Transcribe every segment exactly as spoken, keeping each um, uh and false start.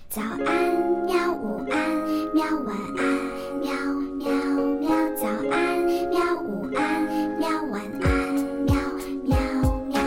早安喵，午安喵，晚安喵喵喵，早安喵，午安喵，晚安喵喵喵。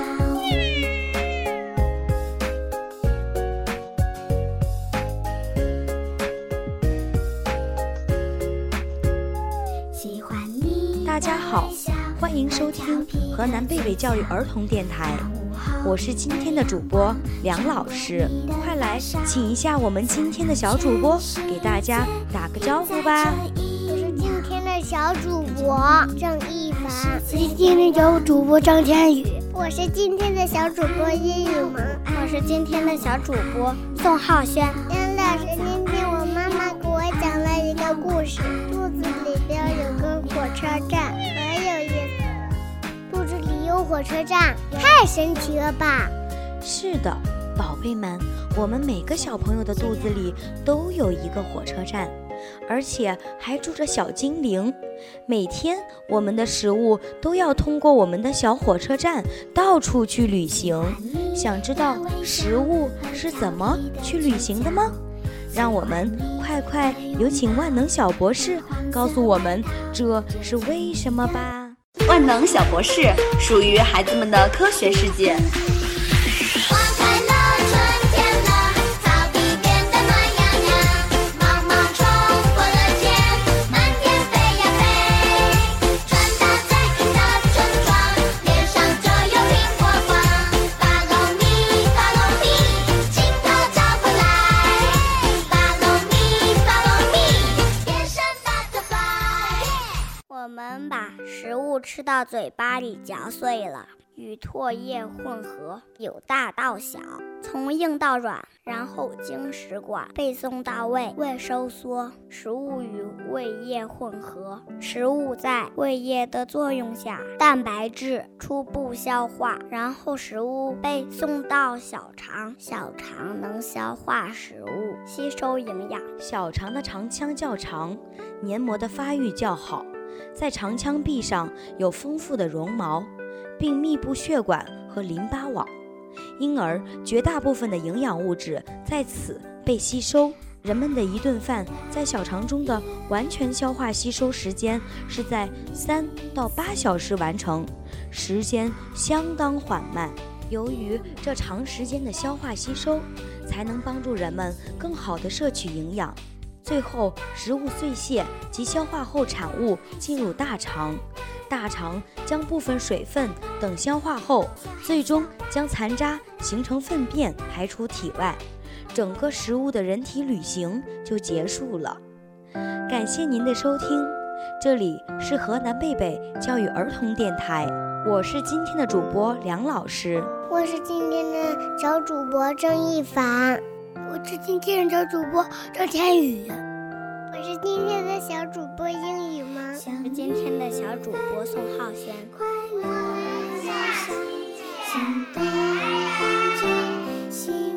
喜欢你。 大家好，欢迎收听河南贝贝教育儿童电台，我是今天的主播梁老师，快来请一下我们今天的小主播，给大家打个招呼吧。 我是今天的小主播郑一凡，我是今天的小主播张天宇，我是今天的小主播殷雨萌，我是今天的小主播宋浩轩。梁老师，今天我妈妈给我讲了一个故事，肚子里边有个火车站，很有意思。肚子里有火车站，太神奇了吧？ 是的，宝贝们，我们每个小朋友的肚子里都有一个火车站，而且还住着小精灵。每天我们的食物都要通过我们的小火车站到处去旅行。想知道食物是怎么去旅行的吗？让我们快快有请万能小博士告诉我们这是为什么吧。 万能小博士属于孩子们的科学世界。 花开了，春天了，草地变得暖洋洋，毛毛虫过了天，满天飞呀飞。穿搭在你的村庄，脸上就有苹果光。Follow me, follow me， 镜头找回来。Follow me, follow me， 变身 butterfly。 我们把食物吃到嘴巴里嚼碎了，与唾液混合，由大到小，从硬到软，然后经食管背送到胃，胃收缩，食物与胃液混合，食物在胃液的作用下，蛋白质初步消化，然后食物被送到小肠，小肠能消化食物，吸收营养。 小肠的肠腔较长，黏膜的发育较好，在肠腔壁上有丰富的绒毛，并密布血管和淋巴网，因而绝大部分的营养物质在此被吸收。人们的一顿饭在小肠中的完全消化吸收时间是在三到八小时完成，时间相当缓慢。由于这长时间的消化吸收，才能帮助人们更好地摄取营养。最后，食物碎屑及消化后产物进入大肠，大肠将部分水分等消化后，最终将残渣形成粪便排出体外，整个食物的人体旅行就结束了。感谢您的收听，这里是河南贝贝教育儿童电台，我是今天的主播梁老师， 我是今天的小主播郑一凡，我是今天的小主播张天宇，我是今天的小主播英语吗？我是今天的小主播宋浩轩。 快乐，心多着，希